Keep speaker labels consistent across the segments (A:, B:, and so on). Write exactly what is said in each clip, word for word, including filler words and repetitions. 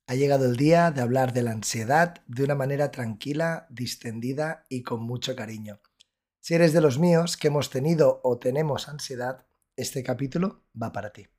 A: Ha llegado el día de hablar de la ansiedad de una manera tranquila, distendida y con mucho cariño. Si eres de los míos que hemos tenido o tenemos ansiedad, este capítulo va para ti.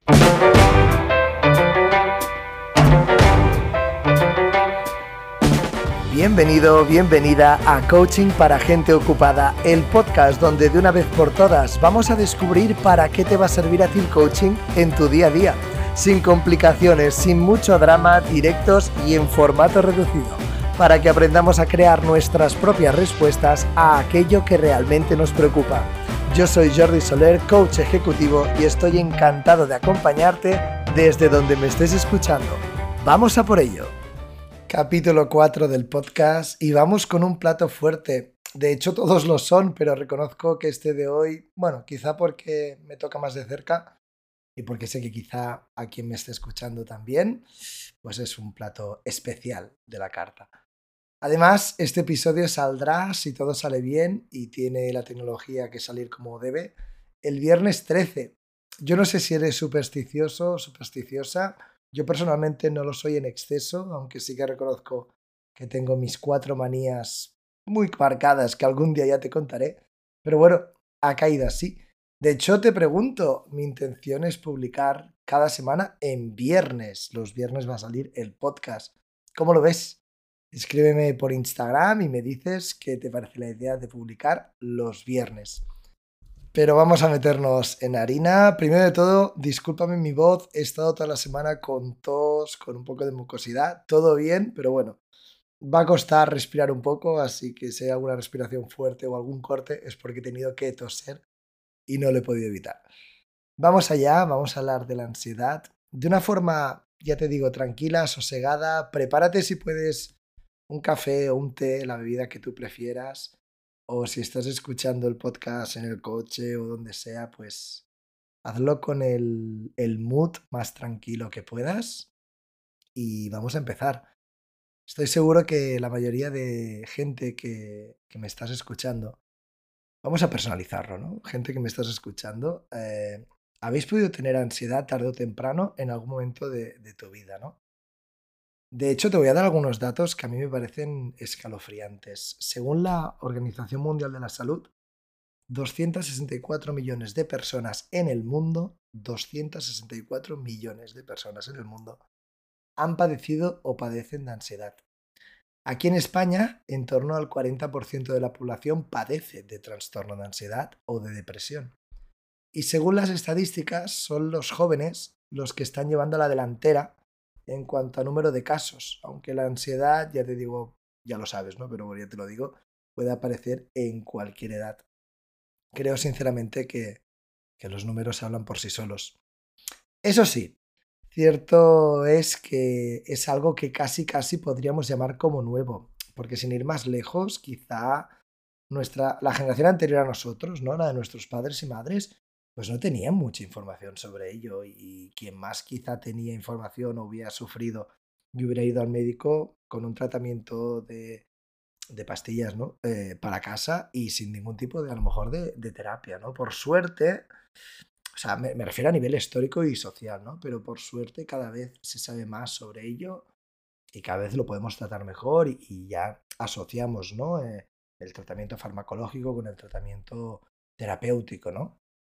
A: Bienvenido, bienvenida a Coaching para Gente Ocupada, el podcast donde de una vez por todas vamos a descubrir para qué te va a servir a ti el coaching en tu día a día. Sin complicaciones, sin mucho drama, directos y en formato reducido, para que aprendamos a crear nuestras propias respuestas a aquello que realmente nos preocupa. Yo soy Jordi Soler, coach ejecutivo, y estoy encantado de acompañarte desde donde me estés escuchando. ¡Vamos a por ello! Capítulo cuatro del podcast y vamos con un plato fuerte. De hecho todos lo son, pero reconozco que este de hoy, bueno, quizá porque me toca más de cerca y porque sé que quizá a quien me esté escuchando también, pues es un plato especial de la carta. Además, este episodio saldrá, si todo sale bien y tiene la tecnología que salir como debe, el viernes trece. Yo no sé si eres supersticioso o supersticiosa. Yo personalmente no lo soy en exceso, aunque sí que reconozco que tengo mis cuatro manías muy marcadas que algún día ya te contaré. Pero bueno, ha caído así. De hecho, te pregunto, mi intención es publicar cada semana en viernes. Los viernes va a salir el podcast. ¿Cómo lo ves? Escríbeme por Instagram y me dices qué te parece la idea de publicar los viernes. Pero vamos a meternos en harina. Primero de todo, discúlpame mi voz. He estado toda la semana con tos, con un poco de mucosidad. Todo bien, pero bueno, va a costar respirar un poco, así que si hay alguna respiración fuerte o algún corte es porque he tenido que toser y no lo he podido evitar. Vamos allá, vamos a hablar de la ansiedad de una forma, ya te digo, tranquila, sosegada. Prepárate si puedes un café o un té, la bebida que tú prefieras. O si estás escuchando el podcast en el coche o donde sea, pues hazlo con el, el mood más tranquilo que puedas y vamos a empezar. Estoy seguro que la mayoría de gente que, que me estás escuchando, vamos a personalizarlo, ¿no? Gente que me estás escuchando, eh, habéis podido tener ansiedad tarde o temprano en algún momento de, de tu vida, ¿no? De hecho, te voy a dar algunos datos que a mí me parecen escalofriantes. Según la Organización Mundial de la Salud, doscientos sesenta y cuatro millones de personas en el mundo, doscientos sesenta y cuatro millones de personas en el mundo, han padecido o padecen de ansiedad. Aquí en España, en torno al cuarenta por ciento de la población padece de trastorno de ansiedad o de depresión. Y según las estadísticas, son los jóvenes los que están llevando la delantera en cuanto a número de casos, aunque la ansiedad, ya te digo, ya lo sabes, ¿no? Pero bueno, ya te lo digo, puede aparecer en cualquier edad. Creo sinceramente que, que los números hablan por sí solos. Eso sí, cierto es que es algo que casi casi podríamos llamar como nuevo, porque sin ir más lejos, quizá nuestra, la generación anterior a nosotros, ¿no? La de nuestros padres y madres, pues no tenían mucha información sobre ello y quien más quizá tenía información o hubiera sufrido y hubiera ido al médico con un tratamiento de, de pastillas, ¿no? Eh, para casa y sin ningún tipo de, a lo mejor, de, de terapia, ¿no? Por suerte, o sea, me, me refiero a nivel histórico y social, ¿no? Pero por suerte cada vez se sabe más sobre ello y cada vez lo podemos tratar mejor y, y ya asociamos, ¿no? Eh, el tratamiento farmacológico con el tratamiento terapéutico, ¿no?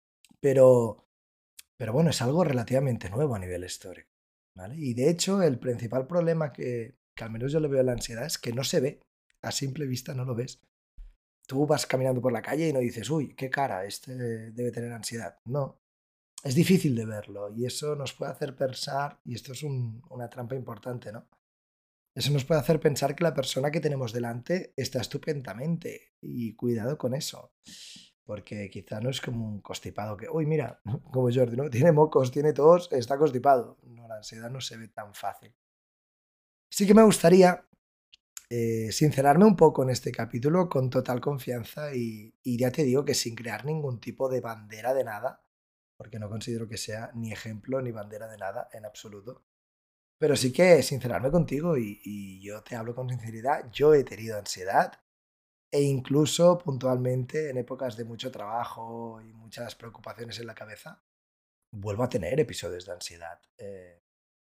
A: Pero, pero bueno, es algo relativamente nuevo a nivel histórico, ¿vale? Y de hecho, el principal problema que, que al menos yo le veo a la ansiedad es que no se ve, a simple vista no lo ves. Tú vas caminando por la calle y no dices, uy, qué cara, este debe tener ansiedad. No, es difícil de verlo y eso nos puede hacer pensar, y esto es un- una trampa importante, ¿no? Eso nos puede hacer pensar que la persona que tenemos delante está estupendamente y cuidado con eso, porque quizá no es como un constipado que, uy, mira, como Jordi, ¿no? Tiene mocos, tiene tos, está constipado. No, la ansiedad no se ve tan fácil. Sí que me gustaría eh, sincerarme un poco en este capítulo con total confianza y, y ya te digo que sin crear ningún tipo de bandera de nada, porque no considero que sea ni ejemplo ni bandera de nada en absoluto. Pero sí que sincerarme contigo y, y yo te hablo con sinceridad. Yo he tenido ansiedad e incluso puntualmente en épocas de mucho trabajo y muchas preocupaciones en la cabeza, vuelvo a tener episodios de ansiedad. Eh,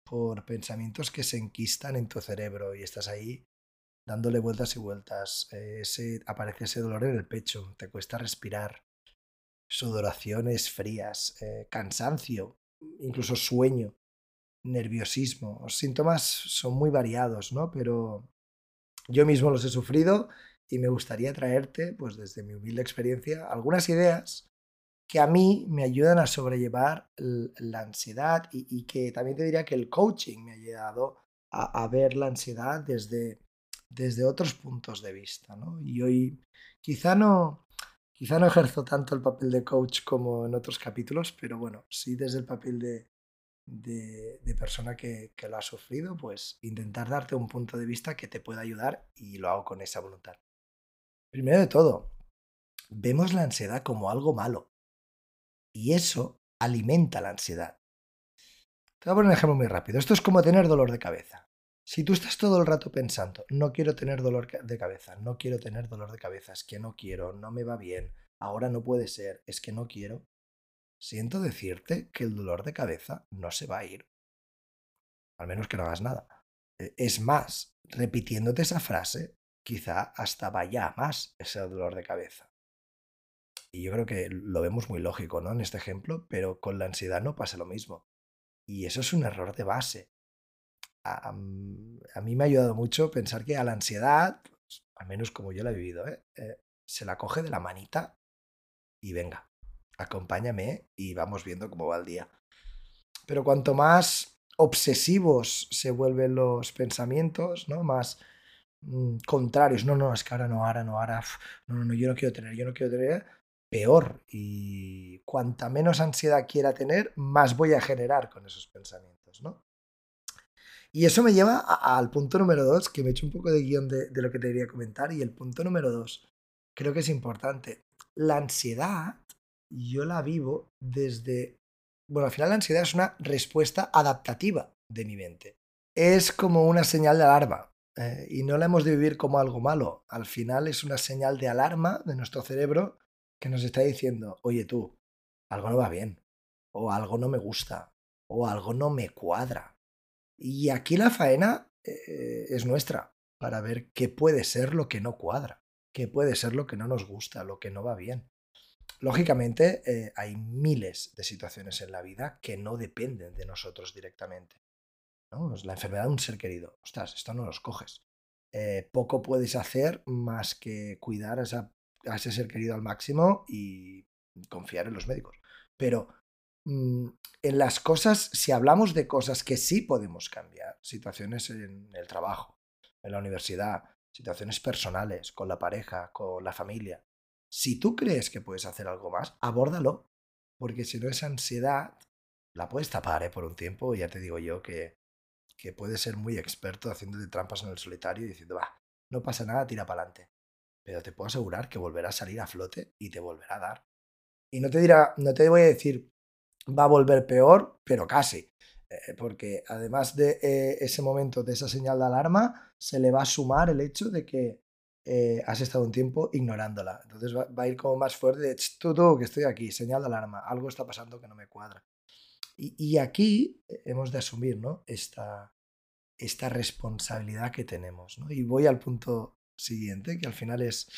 A: por pensamientos que se enquistan en tu cerebro y estás ahí dándole vueltas y vueltas. Eh, ese, aparece ese dolor en el pecho, te cuesta respirar, sudoraciones frías, eh, cansancio, incluso sueño, nerviosismo. Los síntomas son muy variados, ¿no? Pero yo mismo los he sufrido y me gustaría traerte, pues desde mi humilde experiencia, algunas ideas que a mí me ayudan a sobrellevar la ansiedad y, y que también te diría que el coaching me ha ayudado a, a ver la ansiedad desde, desde otros puntos de vista, ¿no? Y hoy quizá no, quizá no ejerzo tanto el papel de coach como en otros capítulos, pero bueno, sí desde el papel de, de, de persona que, que lo ha sufrido, pues intentar darte un punto de vista que te pueda ayudar y lo hago con esa voluntad. Primero de todo, vemos la ansiedad como algo malo y eso alimenta la ansiedad. Te voy a poner un ejemplo muy rápido. Esto es como tener dolor de cabeza. Si tú estás todo el rato pensando, no quiero tener dolor de cabeza, no quiero tener dolor de cabeza, es que no quiero, no me va bien, ahora no puede ser, es que no quiero, siento decirte que el dolor de cabeza no se va a ir, al menos que no hagas nada. Es más, repitiéndote esa frase, quizá hasta vaya a más ese dolor de cabeza. Y yo creo que lo vemos muy lógico, ¿no? En este ejemplo, pero con la ansiedad no pasa lo mismo. Y eso es un error de base. A, a mí me ha ayudado mucho pensar que a la ansiedad, pues, al menos como yo la he vivido, ¿eh? Eh, se la coge de la manita y venga, acompáñame y vamos viendo cómo va el día. Pero cuanto más obsesivos se vuelven los pensamientos, ¿no? Más mmm, contrarios, no, no, es que ahora no, ahora no, ahora, uf, no, no, no, yo no quiero tener, yo no quiero tener, peor. Y cuanta menos ansiedad quiera tener, más voy a generar con esos pensamientos, ¿no? Y eso me lleva a, al punto número dos, que me he hecho un poco de guión de, de lo que te quería comentar. Y el punto número dos, creo que es importante. La ansiedad, yo la vivo desde... Bueno, al final la ansiedad es una respuesta adaptativa de mi mente. Es como una señal de alarma. Eh, y no la hemos de vivir como algo malo. Al final es una señal de alarma de nuestro cerebro que nos está diciendo, oye tú, algo no va bien, o algo no me gusta, o algo no me cuadra. Y aquí la faena eh, es nuestra, para ver qué puede ser lo que no cuadra, qué puede ser lo que no nos gusta, lo que no va bien. Lógicamente, eh, hay miles de situaciones en la vida que no dependen de nosotros directamente, ¿no? La enfermedad de un ser querido. Ostras, esto no los coges. Eh, poco puedes hacer más que cuidar a, esa, a ese ser querido al máximo y confiar en los médicos. Pero mmm, en las cosas, si hablamos de cosas que sí podemos cambiar, situaciones en el trabajo, en la universidad, situaciones personales, con la pareja, con la familia, si tú crees que puedes hacer algo más, abórdalo, porque si no esa ansiedad la puedes tapar, ¿eh? Por un tiempo, ya te digo yo que que puede ser muy experto haciéndote trampas en el solitario y diciendo, va, no pasa nada, tira para adelante. Pero te puedo asegurar que volverá a salir a flote y te volverá a dar. Y no te dirá, no te voy a decir, va a volver peor, pero casi. Eh, porque además de eh, ese momento, de esa señal de alarma, se le va a sumar el hecho de que eh, has estado un tiempo ignorándola. Entonces va, va a ir como más fuerte de, tú, tú, que estoy aquí, señal de alarma, algo está pasando que no me cuadra. Y, y aquí hemos de asumir, ¿no? esta, esta responsabilidad que tenemos, ¿no? Y voy al punto siguiente, que al final es,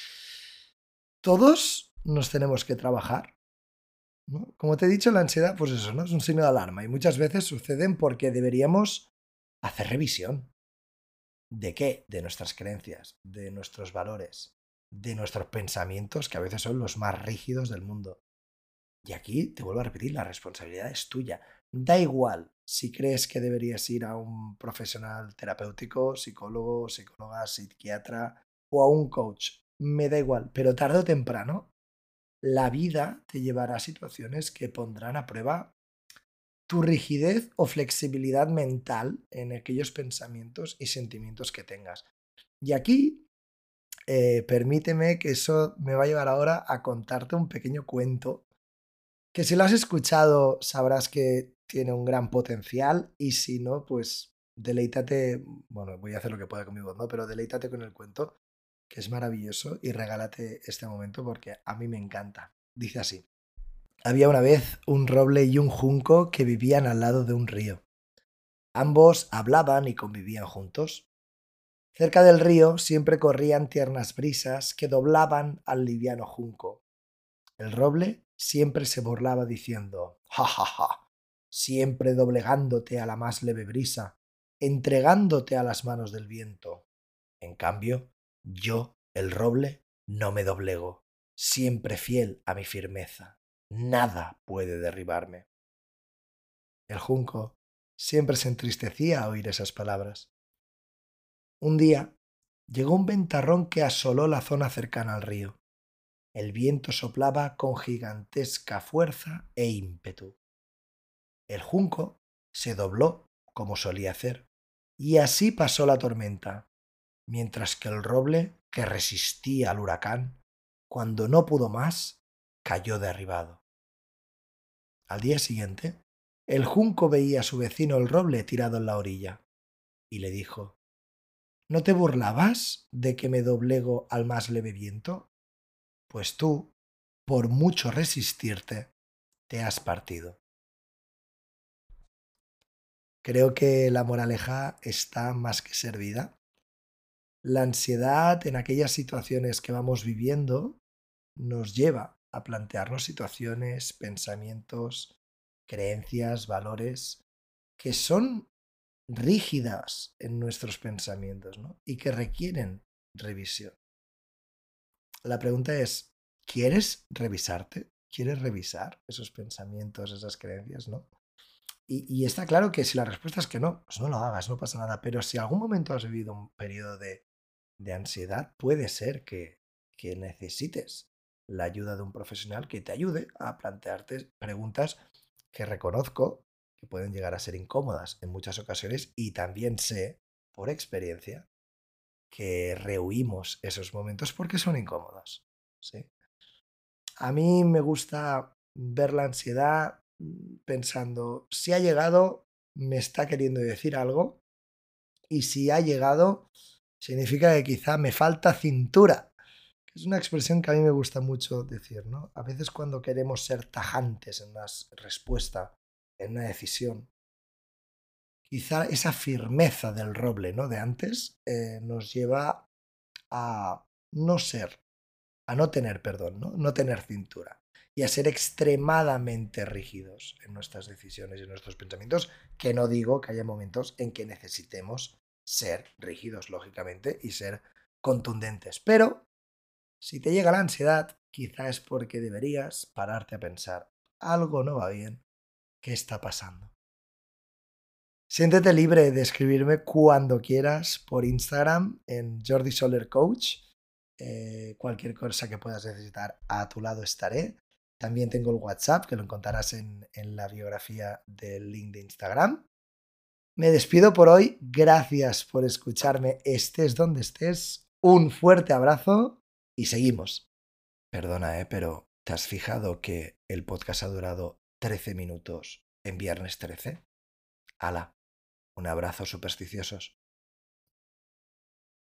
A: todos nos tenemos que trabajar, ¿no? Como te he dicho, la ansiedad, pues eso, ¿no? Es un signo de alarma y muchas veces suceden porque deberíamos hacer revisión. ¿De qué? De nuestras creencias, de nuestros valores, de nuestros pensamientos, que a veces son los más rígidos del mundo. Y aquí, te vuelvo a repetir, la responsabilidad es tuya. Da igual si crees que deberías ir a un profesional terapéutico, psicólogo, psicóloga, psiquiatra o a un coach. Me da igual, pero tarde o temprano la vida te llevará a situaciones que pondrán a prueba tu rigidez o flexibilidad mental en aquellos pensamientos y sentimientos que tengas. Y aquí, eh, permíteme que eso me va a llevar ahora a contarte un pequeño cuento que si lo has escuchado sabrás que tiene un gran potencial y si no, pues deleítate, bueno, voy a hacer lo que pueda con mi voz, ¿no? Pero deleítate con el cuento, que es maravilloso, y regálate este momento porque a mí me encanta. Dice así: había una vez un roble y un junco que vivían al lado de un río. Ambos hablaban y convivían juntos. Cerca del río siempre corrían tiernas brisas que doblaban al liviano junco. El roble siempre se burlaba diciendo: «Ja, ja, ja», siempre doblegándote a la más leve brisa, entregándote a las manos del viento. En cambio, yo, el roble, no me doblego, siempre fiel a mi firmeza. Nada puede derribarme. El junco siempre se entristecía al oír esas palabras. Un día llegó un ventarrón que asoló la zona cercana al río. El viento soplaba con gigantesca fuerza e ímpetu. El junco se dobló, como solía hacer, y así pasó la tormenta, mientras que el roble, que resistía al huracán, cuando no pudo más, cayó derribado. Al día siguiente, el junco veía a su vecino el roble tirado en la orilla, y le dijo: «¿No te burlabas de que me doblego al más leve viento? Pues tú, por mucho resistirte, te has partido». Creo que la moraleja está más que servida. La ansiedad en aquellas situaciones que vamos viviendo nos lleva a plantearnos situaciones, pensamientos, creencias, valores que son rígidas en nuestros pensamientos, ¿no? Y que requieren revisión. La pregunta es, ¿quieres revisarte? ¿Quieres revisar esos pensamientos, esas creencias, no? Y, y está claro que si la respuesta es que no, pues no lo hagas, no pasa nada. Pero si algún momento has vivido un periodo de, de ansiedad, puede ser que, que necesites la ayuda de un profesional que te ayude a plantearte preguntas que reconozco que pueden llegar a ser incómodas en muchas ocasiones, y también sé, por experiencia, que rehuimos esos momentos porque son incómodos, ¿sí? A mí me gusta ver la ansiedad pensando: si ha llegado, me está queriendo decir algo, y si ha llegado, significa que quizá me falta cintura, que es una expresión que a mí me gusta mucho decir, ¿no? A veces cuando queremos ser tajantes en una respuesta, en una decisión, quizá esa firmeza del roble, ¿no?, de antes, eh, nos lleva a no ser, a no tener, perdón, ¿no? no tener cintura, y a ser extremadamente rígidos en nuestras decisiones y en nuestros pensamientos, que no digo que haya momentos en que necesitemos ser rígidos, lógicamente, y ser contundentes. Pero si te llega la ansiedad, quizá es porque deberías pararte a pensar: algo no va bien, ¿qué está pasando? Siéntete libre de escribirme cuando quieras por Instagram en Jordi Soler Coach. Eh, cualquier cosa que puedas necesitar, a tu lado estaré. También tengo el WhatsApp, que lo encontrarás en, en la biografía del link de Instagram. Me despido por hoy. Gracias por escucharme, estés donde estés. Un fuerte abrazo y seguimos. Perdona, eh, pero ¿te has fijado que el podcast ha durado trece minutos en viernes trece? ¡Hala! Un abrazo, supersticiosos.